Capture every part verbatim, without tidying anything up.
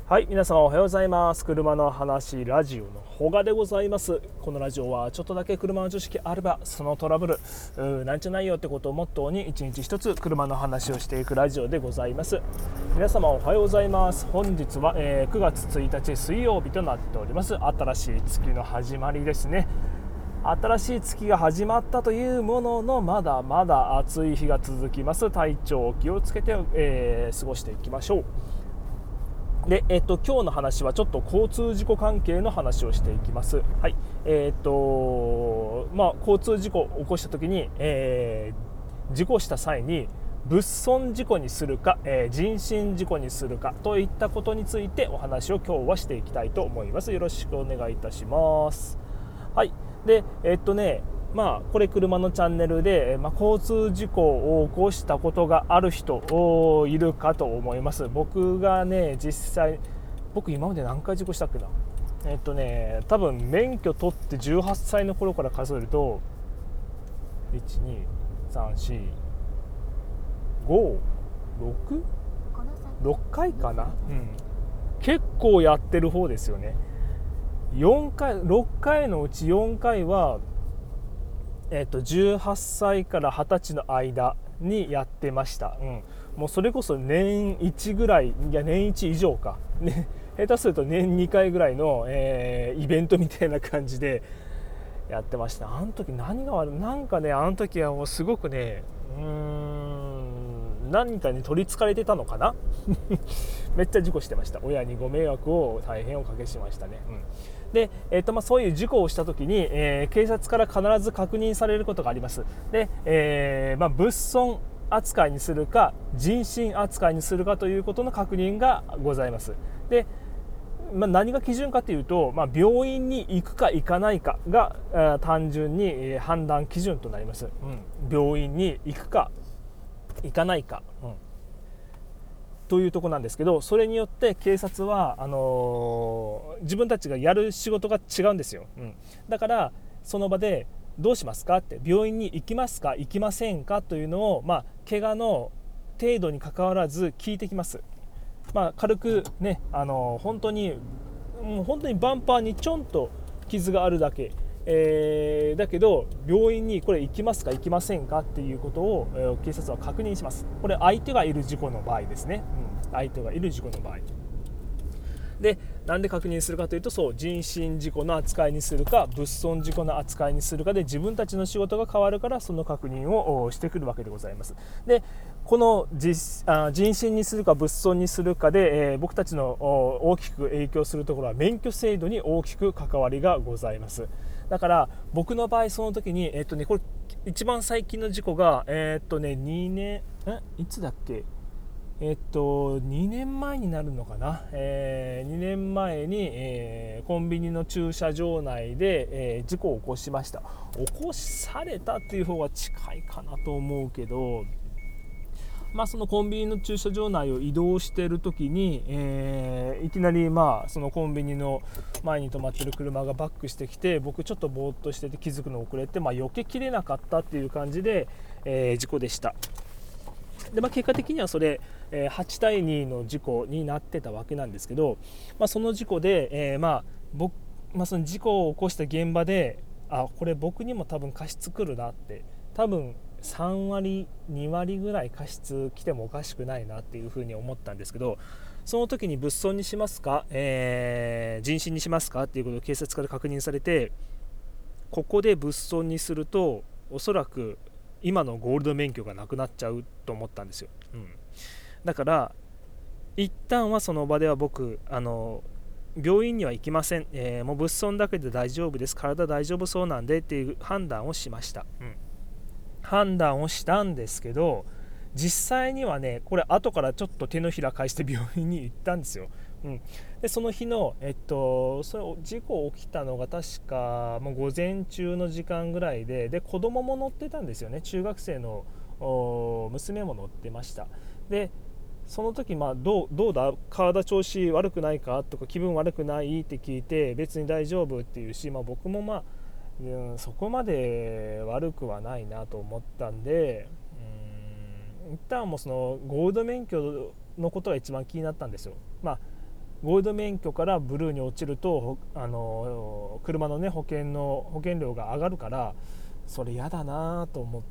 はい、皆様おはようございます。車の話ラジオのほがでございます。このラジオはちょっとだけ車の知識あればそのトラブルうなんじゃないよってことをモットーに一日一つ車の話をしていくラジオでございます。皆様おはようございます。本日は、えー、くがつついたち水曜日となっております。新しい月の始まりですね。新しい月が始まったというものの、まだまだ暑い日が続きます。体調を気をつけて、えー、過ごしていきましょう。で、えっと、今日の話はちょっと交通事故関係の話をしていきます。はい、えっとまあ、交通事故を起こした時に、えー、事故した際に物損事故にするか、えー、人身事故にするかといったことについてお話を今日はしていきたいと思います。よろしくお願いいたします。はい、で、えっとねまあ、これ車のチャンネルで、まあ、交通事故を起こしたことがある人いるかと思います。僕がね実際僕今まで何回事故したっけなえっとね多分免許取ってじゅうはっさいの頃から数えるといち、に、さん、よん、ご、ろく、ろっかいかな、うん、結構やってる方ですよね。よんかいろっかいのうちよんかいはえー、とじゅうはっさいからはたちの間にやってました、うん、もうそれこそ年いちぐらい、いや年いち以上か、ね、下手すると年にかいぐらいの、えー、イベントみたいな感じでやってました。あの時何が悪いなんかねあの時はもうすごくねうーん何かに取りつかれてたのかなめっちゃ事故してました。親にご迷惑を大変おかけしましたね、うんでえーとまあ、そういう事故をしたときに、えー、警察から必ず確認されることがあります。で、えーまあ、物損扱いにするか人身扱いにするかということの確認がございます。で、まあ、何が基準かというと、まあ、病院に行くか行かないかが、えー、単純に判断基準となります、うん、病院に行くか行かないか、うんというところなんですけど、それによって警察はあのー、自分たちがやる仕事が違うんですよ、うん、だからその場でどうしますかって病院に行きますか行きませんかというのを、まあ、怪我の程度にかかわらず聞いてきます。まあ、軽くね、あのー、本当にもう本当にバンパーにちょんと傷があるだけ、えー、だけど病院にこれ行きますか行きませんかっていうことを、えー、警察は確認します。これ相手がいる事故の場合ですね、うん、相手がいる事故の場合で、なんで確認するかというと、そう人身事故の扱いにするか物損事故の扱いにするかで自分たちの仕事が変わるから、その確認をしてくるわけでございます。でこの 実あ人身にするか物損にするかで、えー、僕たちの大きく影響するところは免許制度に大きく関わりがございます。だから僕の場合その時に、えーとね、これ一番最近の事故が、えーとね、にねんえいつだっけえっと、にねんまえになるのかな、えー、にねんまえに、えー、コンビニの駐車場内で、えー、事故を起こしました。起こされたっていう方が近いかなと思うけど、まあ、そのコンビニの駐車場内を移動している時に、えー、いきなり、まあ、そのコンビニの前に止まっている車がバックしてきて、僕ちょっとぼーっとしてて気づくの遅れて、まあ、避けきれなかったっていう感じで、えー、事故でした。で、まあ、結果的にはそれはちたいにの事故になってたわけなんですけど、まあ、その事故で、えーまあ僕まあ、その事故を起こした現場で、あこれ僕にも多分過失来るなって、多分さんわりにわりぐらい過失来てもおかしくないなっていうふうに思ったんですけど、その時に物損にしますか、えー、人身にしますかっていうことを警察から確認されて、ここで物損にするとおそらく今のゴールド免許がなくなっちゃうと思ったんですよ、うん、だから一旦はその場では僕あの病院には行きません、えー、もう物損だけで大丈夫です、体大丈夫そうなんでっていう判断をしました、うん、判断をしたんですけど、実際にはねこれ後からちょっと手のひら返して病院に行ったんですよ、うん、でその日の、えっと、それ事故起きたのが確かもう午前中の時間ぐらいで、で子供も乗ってたんですよね。中学生の娘も乗ってました。でその時、まあ、どう、どうだ体調子悪くないかとか気分悪くないって聞いて、別に大丈夫っていうし、まあ、僕もまあ、うん、そこまで悪くはないなと思ったんで、うん一旦もうそのゴールド免許のことが一番気になったんですよ。まあゴールド免許からブルーに落ちるとあの車のね保険の保険料が上がるから、それ嫌だなと思って、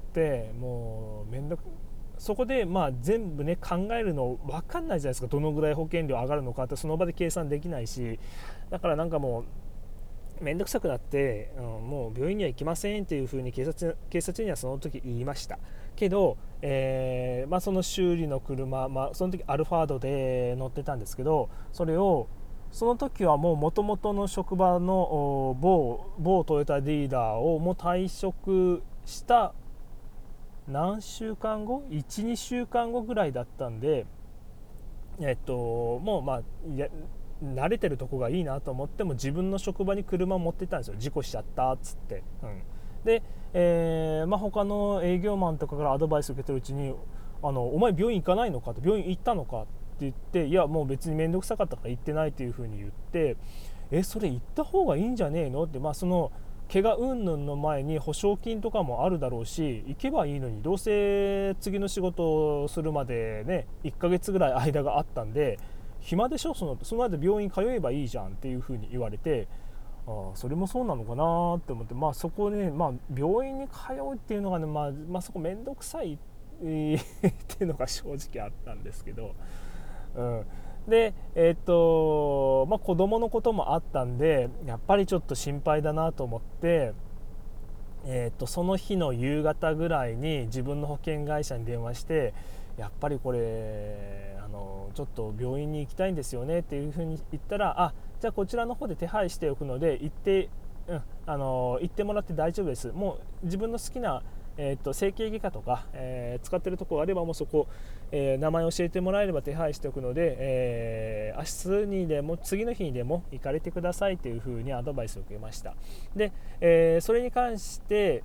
もうめんどくそこでまあ全部ね考えるの分かんないじゃないですか。どのぐらい保険料上がるのかってその場で計算できないし、だからなんかもうめんどくさくなって、うん、もう病院には行きませんっていうふうに警察警察にはその時言いましたけど、えーまあ、その修理の車、まあ、その時アルファードで乗ってたんですけど、それをその時はもう元々の職場の某某トヨタディーラーをもう退職した何週間後 いち,に 週間後ぐらいだったんで、えっともうまあいや慣れてるとこがいいなと思っても自分の職場に車を持ってったんですよ。事故しちゃったっつって、うん、で、えーまあ、他の営業マンとかからアドバイスを受けてるうちに、あのお前病院行かないのかと、病院行ったのかって言って、いやもう別に面倒くさかったから行ってないというふうに言って、えそれ行った方がいいんじゃねえのって、まあその怪我云々の前に保証金とかもあるだろうし、行けばいいのに、どうせ次の仕事をするまでねいっかげつぐらい間があったんで暇でしょ、そのその間病院通えばいいじゃんっていうふうに言われて、あそれもそうなのかなって思って、まあそこね、まあ、病院に通うっていうのがね、まあ、まあそこ面倒くさいっていうのが正直あったんですけど、うん、でえっとまあ子供のこともあったんでやっぱりちょっと心配だなと思って、えっとその日の夕方ぐらいに自分の保険会社に電話して、やっぱりこれあのちょっと病院に行きたいんですよねっていうふうに言ったら、あじゃあこちらの方で手配しておくので行って、うん、あの行ってもらって大丈夫です、もう自分の好きな、えー、と整形外科とか、えー、使ってるところあればもうそこ、えー、名前教えてもらえれば手配しておくので、えー、明日にでも次の日にでも行かれてくださいというふうにアドバイスを受けました。で、えー、それに関して、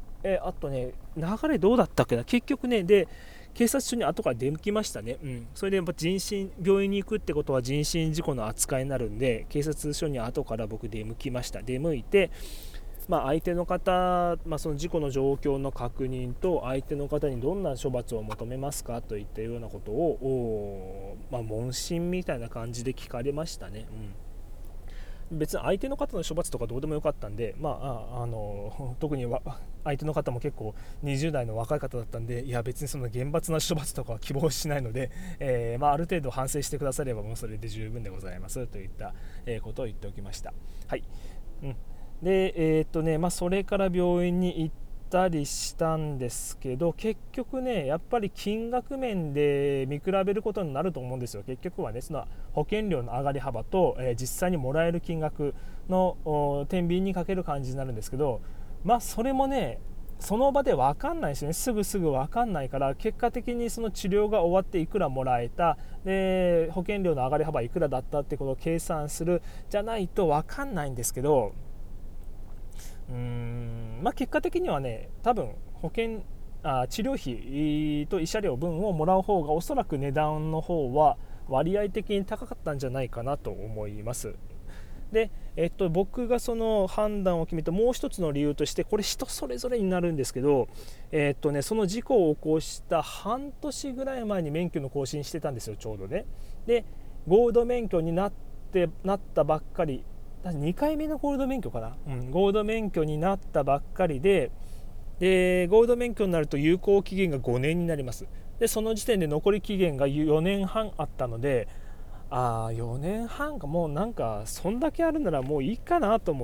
えー、あとね流れどうだったっけな、結局ねで警察署に後から出向きましたね、うん、それでやっぱ人身病院に行くってことは人身事故の扱いになるんで警察署に後から僕出向きました。出向いて、まあ、相手の方、まあ、その事故の状況の確認と相手の方にどんな処罰を求めますかといったようなことを、まあ、問診みたいな感じで聞かれましたね、うん、別に相手の方の処罰とかどうでもよかったんで、まあ、あの特に相手の方も結構にじゅう代の若い方だったんで、いや別にその厳罰な処罰とかは希望しないので、えーまあ、ある程度反省してくださればもうそれで十分でございますといったことを言っておきました。はい、うんでえーっとねまあ、それから病院に行ったりしたんですけど、結局ねやっぱり金額面で見比べることになると思うんですよ。結局はねその保険料の上がり幅と、えー、実際にもらえる金額の天秤にかける感じになるんですけど、まあそれもねその場で分かんないですよね。すぐすぐ分かんないから、結果的にその治療が終わっていくらもらえたで保険料の上がり幅いくらだったってことを計算するじゃないと分かんないんですけど、うーんまあ、結果的にはね多分保険あ治療費と慰謝料分をもらう方がおそらく値段の方は割合的に高かったんじゃないかなと思います。で、えっと、僕がその判断を決めたもう一つの理由として、これ人それぞれになるんですけど、えっとね、その事故を起こした半年ぐらい前に免許の更新してたんですよ、ちょうどね。でゴールド免許になってなったばっかり、にかいめのゴールド免許かな、うん、ゴールド免許になったばっかりで、でゴールド免許になると有効期限がごねんになります。でその時点で残り期限がよねんはんあったので、あよねんはんか、もうなんかそんだけあるならもういいかなと思って、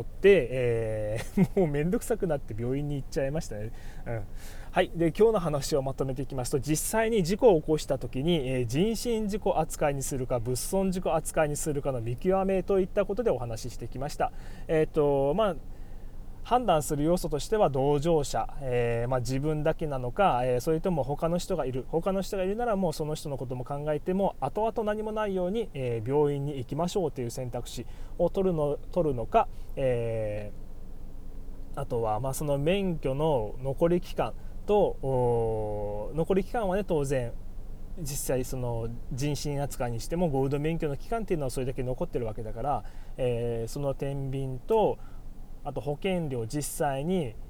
えー、もうめんどくさくなって病院に行っちゃいましたね、うん、はい。で今日の話をまとめていきますと、実際に事故を起こした時に、えー、人身事故扱いにするか物損事故扱いにするかの見極めといったことでお話ししてきました。えーとまあ判断する要素としては同乗者、えーまあ、自分だけなのか、えー、それとも他の人がいる他の人がいるならもうその人のことも考えても後々何もないように、えー、病院に行きましょうという選択肢を取るの、取るのか、えー、あとはまあその免許の残り期間と残り期間はね当然実際その人身扱いにしてもゴールド免許の期間っていうのはそれだけ残ってるわけだから、えー、その天秤とあと保険料実際に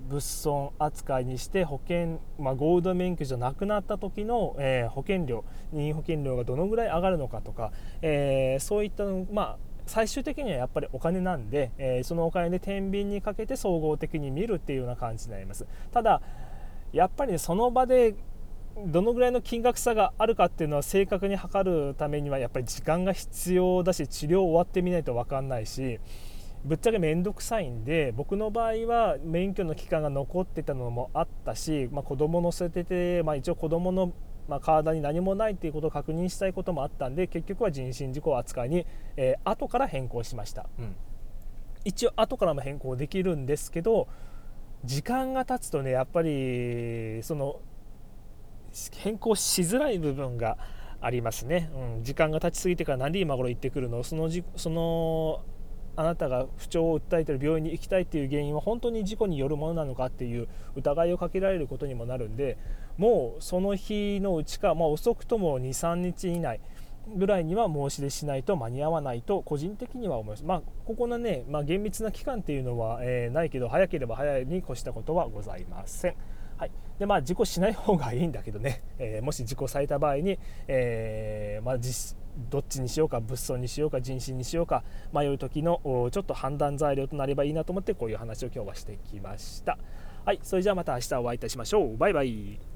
物損扱いにして保険、まあ、ゴールド免許じゃなくなった時の、えー、保険料任意保険料がどのぐらい上がるのかとか、えー、そういったの、まあ、最終的にはやっぱりお金なんで、えー、そのお金で天秤にかけて総合的に見るっていうような感じになります。ただやっぱり、ね、その場でどのぐらいの金額差があるかっていうのは正確に測るためにはやっぱり時間が必要だし、治療終わってみないと分かんないし、ぶっちゃけ面倒くさいんで、僕の場合は免許の期間が残ってたのもあったし、まあ、子供乗せてて、まあ、一応子供のまあ体に何もないっていうことを確認したいこともあったんで、結局は人身事故扱いに、えー、後から変更しました、うん、一応後からも変更できるんですけど、時間が経つとねやっぱりその変更しづらい部分がありますね、うん、時間が経ちすぎてから何で今頃言ってくるの、そのじそのあなたが不調を訴えている病院に行きたいっていう原因は本当に事故によるものなのかっていう疑いをかけられることにもなるんで、もうその日のうちか、まあ、遅くとも にさんにち以内ぐらいには申し出しないと間に合わないと個人的には思います。まあ、ここのね、まあ、厳密な期間っていうのは、えー、ないけど、早ければ早いに越したことはございません。はい、でまあ事故しない方がいいんだけどね、えー、もし事故された場合に、えーまあ、実どっちにしようか、物損にしようか人身にしようか迷う時のちょっと判断材料となればいいなと思って、こういう話を今日はしてきました。はい、それじゃあまた明日お会いいたしましょう。バイバイ。